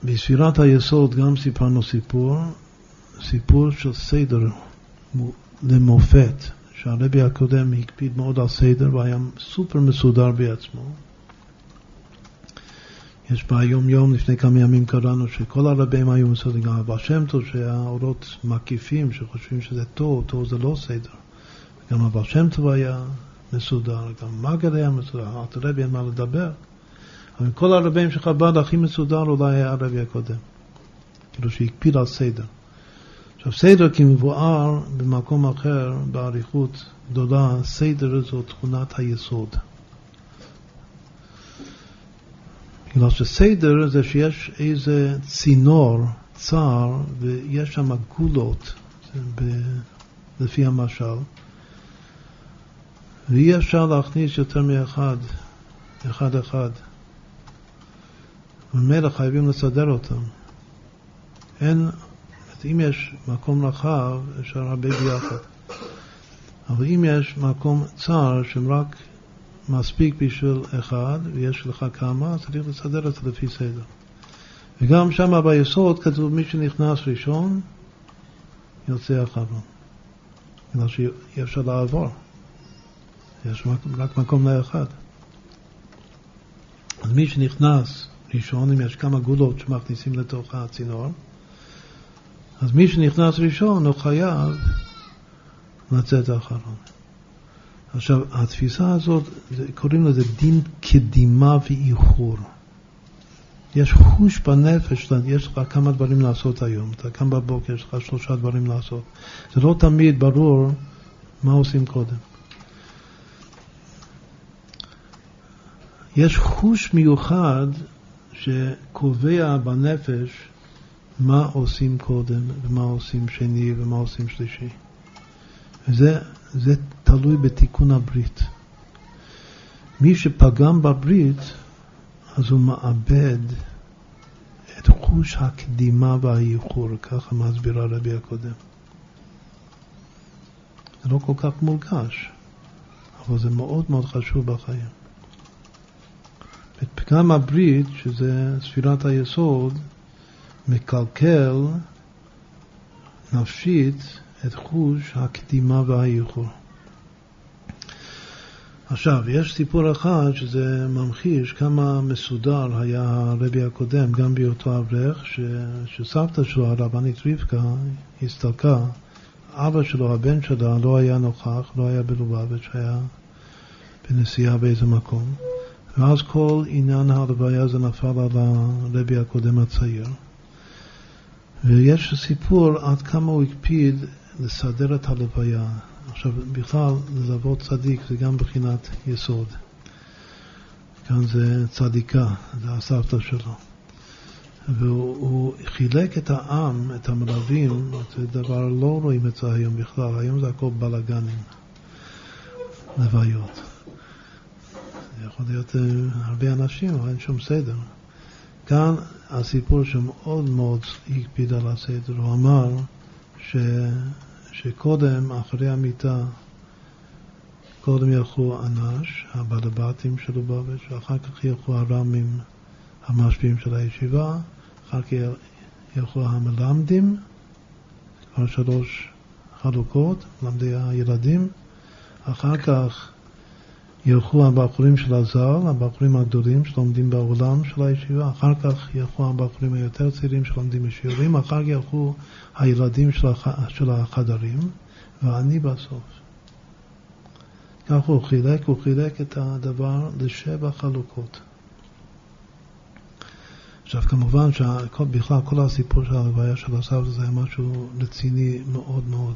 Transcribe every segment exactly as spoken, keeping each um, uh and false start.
בספירת היסוד גם סיפרנו סיפור, סיפור של סדר למופת, שהרבי הקודם הקפיד מאוד על סדר והיה סופר מסודר בעצמו. יש ביום יום לפני כמה ימים קראנו שכל הרבים היו מסודרים, גם הבעל שם טוב שהאורות מקיפים שחושבים שזה טוב, טוב זה לא סדר. גם הבעל שם טוב היה מסודר, גם מגד היה מסודר, הרבי אין מה לדבר. אבל כל הרבים שחב"ד הכי מסודר אולי היה הרבי הקודם, כאילו שהקפיד על סדר. עכשיו סדר כמבואר במקום אחר בעריכות גדולה, סדר זו תכונת היסוד. בגלל שסדר זה שיש איזה צינור צר ויש שם גולות ב- לפי המשל, ואי אפשר להכניס יותר מאחד, אחד אחד. ומילא חייבים לסדר אותם. אין, אם יש מקום רחב אפשר הרבה ביחד, אבל אם יש מקום צר שרק מספיק בשביל אחד ויש לך כמה, צריך לסדר את זה לפי סדר. וגם שם ביסוד כתוב מי שנכנס ראשון יוצא אחרון, בגלל שאי אפשר לעבור, יש רק מקום לאחד. אז מי שנכנס ראשון, אם יש כמה גולות שמכניסים לתוך הצינור, אז מי שנכנס ראשון הוא חייב לצאת האחרון. עכשיו, התפיסה הזאת, קוראים לזה דין קדימה ואיחור. יש חוש בנפש, יש לך כמה דברים לעשות היום. אתה קם בבוקר, יש לך שלושה דברים לעשות. זה לא תמיד ברור מה עושים קודם. יש חוש מיוחד שקובע בנפש מה עושים קודם, ומה עושים שני, ומה עושים שלישי. וזה זה תלוי בתיקון הברית. מי שפגם בברית, אז הוא מאבד את חוש הקדימה והאיחור, ככה מסביר הרבי הקודם. זה לא כל כך מורגש, אבל זה מאוד מאוד חשוב בחיים. פגם הברית, שזה ספירת היסוד, מקלקל נפשית את חוש הקדימה והאיחור. עכשיו, יש סיפור אחד שזה ממחיש כמה מסודר היה הרבי הקודם, גם באותו אברך, ש... שסבתא שלו, הרבנית רבקה, הסתלקה. אבא שלו, הבן שלה, לא היה נוכח, לא היה בלובביץ', היה בנסיעה באיזה מקום. ואז כל עניין ההלוויה זה נפל על הרבי הקודם הצעיר. ויש סיפור עד כמה הוא הקפיד לסדר את הלוויה. עכשיו, בכלל, ללוות צדיק זה גם בחינת יסוד. כאן זה צדיקה, זה הסבתא שלו. והוא חילק את העם, את המלווים, זה דבר לא רואים את זה היום בכלל. היום זה הכל בלגנים, לוויות. זה יכול להיות הרבה אנשים, אבל אין שום סדר. כאן הסיפור שמאוד מאוד הקפיד על הסדר. הוא אמר ש... שקודם, אחרי המיטה, קודם ילכו אנש, הבלבטים של לובביץ', ואחר כך ילכו הרמים, המשפיעים של הישיבה, אחר כך ילכו המלמדים, כבר שלוש חלוקות, למדי הילדים, אחר כך ילכו הבחורים של הזל, הבחורים הגדולים שלומדים בעולם של הישיבה, אחר כך ילכו הבחורים היותר צעירים שלומדים בשיעורים, אחר כך ילכו הילדים של, הח... של החדרים, ואני בסוף. כך הוא חילק, הוא חילק את הדבר לשבע חלוקות. עכשיו כמובן שבכלל כל הסיפור של ההלוויה של הסבתא זה היה משהו רציני מאוד מאוד.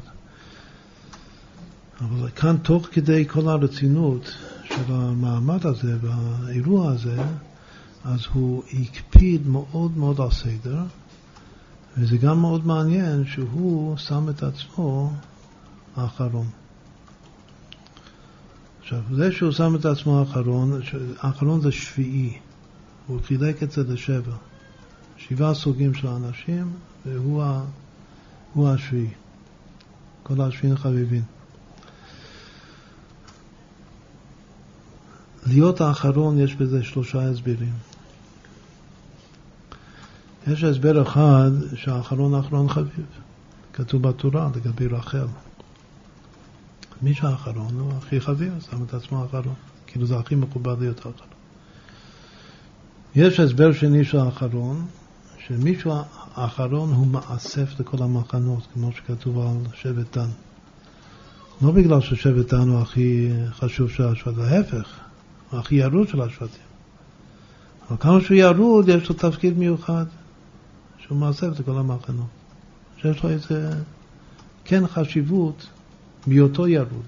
אבל כאן תוך כדי כל הרצינות של המעמד הזה והאירוע הזה, אז הוא הקפיד מאוד מאוד על סדר, וזה גם מאוד מעניין שהוא שם את עצמו האחרון. עכשיו, זה שהוא שם את עצמו האחרון, האחרון זה שביעי, הוא חילק את זה לשבע. שבעה סוגים של אנשים, והוא ה, הוא השביעי. כל השביעים חביבים. להיות האחרון יש בזה שלושה הסברים. יש הסבר אחד שהאחרון האחרון חביב. כתוב בתורה לגבי רחל. מי שהאחרון הוא הכי חביב, שם את עצמו האחרון. כאילו זה הכי מכובד להיות האחרון. יש הסבר שני של האחרון, שמישהו האחרון הוא מאסף לכל המחנות, כמו שכתוב על שבט דן. לא בגלל ששבט דן הוא הכי חשוב של השבט, ההפך, הוא הכי ירוד של השבטים. אבל כמה שהוא ירוד, יש לו תפקיד מיוחד, שהוא מאסף לכל המחנות. שיש לו איזה כן חשיבות מאותו ירוד.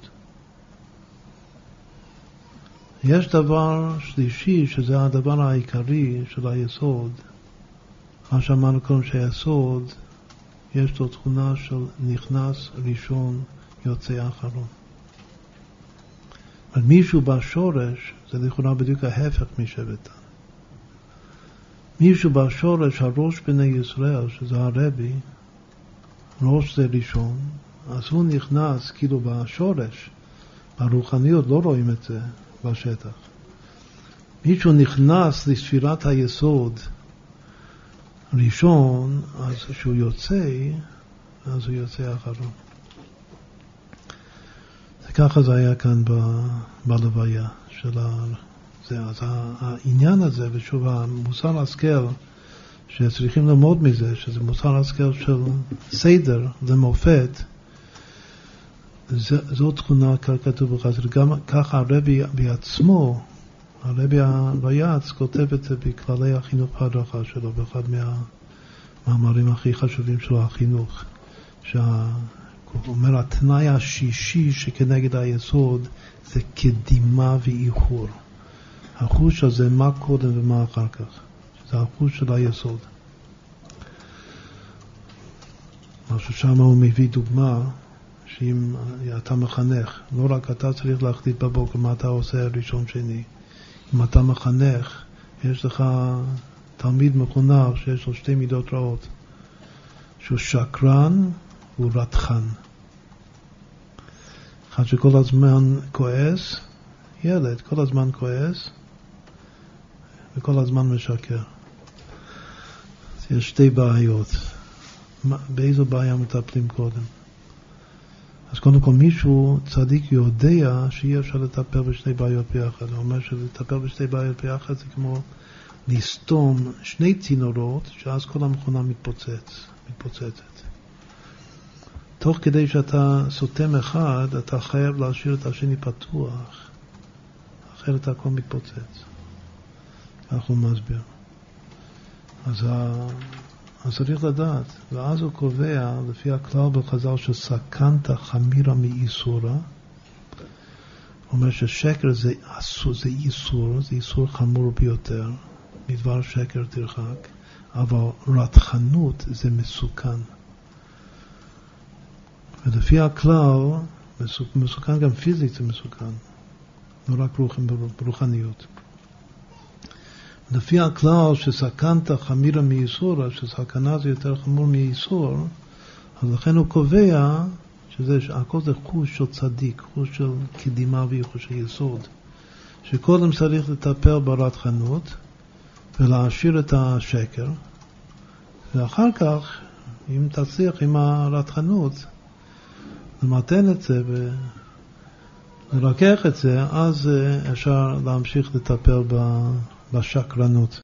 יש דבר שלישי, שזה הדבר העיקרי של היסוד. מה שאמרנו קודם שהיסוד, יש לו תכונה של נכנס ראשון, יוצא אחרון. אבל מישהו בשורש, זה לכאורה בדיוק ההפך משבט דן. מישהו בשורש, הראש בני ישראל, שזה הרבי, ראש זה ראשון, אז הוא נכנס כאילו בשורש, ברוחניות לא רואים את זה בשטח. מישהו נכנס לספירת היסוד ראשון, אז כשהוא יוצא, אז הוא יוצא אחרון. וככה זה היה כאן ב, בלוויה של ה... זה, אז העניין הזה, ושוב המוסר השכל, שצריכים ללמוד מזה, שזה מוסר השכל של סדר למופת, זו תכונה ככתוב בחז"ל. גם ככה הרבי בעצמו, הרבי הרי"צ כותב את זה בכללי החינוך ההדרכה שלו, באחד מהמאמרים הכי חשובים שלו, החינוך, שהוא אומר, התנאי השישי שכנגד היסוד זה קדימה ואיחור. החוש הזה מה קודם ומה אחר כך. זה החוש של היסוד. משהו שם הוא מביא דוגמה, שאם אתה מחנך, לא רק אתה צריך להחליט בבוקר מה אתה עושה ראשון שני. אם אתה מחנך, יש לך תלמיד מחונך שיש לו שתי מידות רעות. שהוא שקרן והוא רתחן. אחד שכל הזמן כועס, ילד כל הזמן כועס, וכל הזמן משקר. אז יש שתי בעיות. באיזו בעיה מטפלים קודם? אז קודם כל מישהו צדיק יודע שאי אפשר לטפל בשתי בעיות ביחד. הוא אומר שלטפל בשתי בעיות ביחד זה כמו לסתום שני צינורות, שאז כל המכונה מתפוצץ, מתפוצצת. תוך כדי שאתה סותם אחד, אתה חייב להשאיר את השני פתוח, אחרת הכל מתפוצץ. כך הוא מסביר. אז, ה... אז צריך לדעת, ואז הוא קובע, לפי הכלל בחז"ל, שסכנת חמירה מאיסורה, הוא אומר ששקר זה, זה איסור, זה איסור חמור ביותר, מדבר שקר תרחק, אבל רתחנות זה מסוכן. ולפי הכלל, מסוכן גם פיזית זה מסוכן, לא רק ברוחניות. לפי הכלל שסכנת חמירה מאיסורה, שסכנה זה יותר חמור מאיסור, אז לכן הוא קובע שזה, הכל זה חוש של צדיק, חוש של קדימה וחוש של יסוד, שקודם צריך לטפל ברתחנות ולהשאיר את השקר, ואחר כך, אם תצליח עם הרתחנות, למתן את זה ולרכך את זה, אז אפשר להמשיך לטפל בשקרנות.